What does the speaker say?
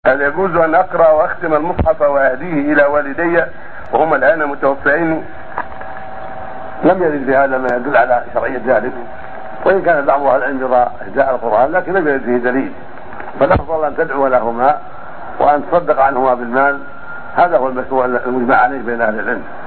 هل يجوز أن أقرأ وأختم المصحف وأهديه إلى والدي وهم الآن متوفيين؟ لم يرد في هذا ما يدل على شرعية ذلك، وإن كان بعض أهل العلم يرى إهداء القرآن لكن لم يرد فيه دليل، فالأفضل أن تدعو لهما وأن تصدق عنهما بالمال، هذا هو المشروع المجمع عليه بين أهل العلم.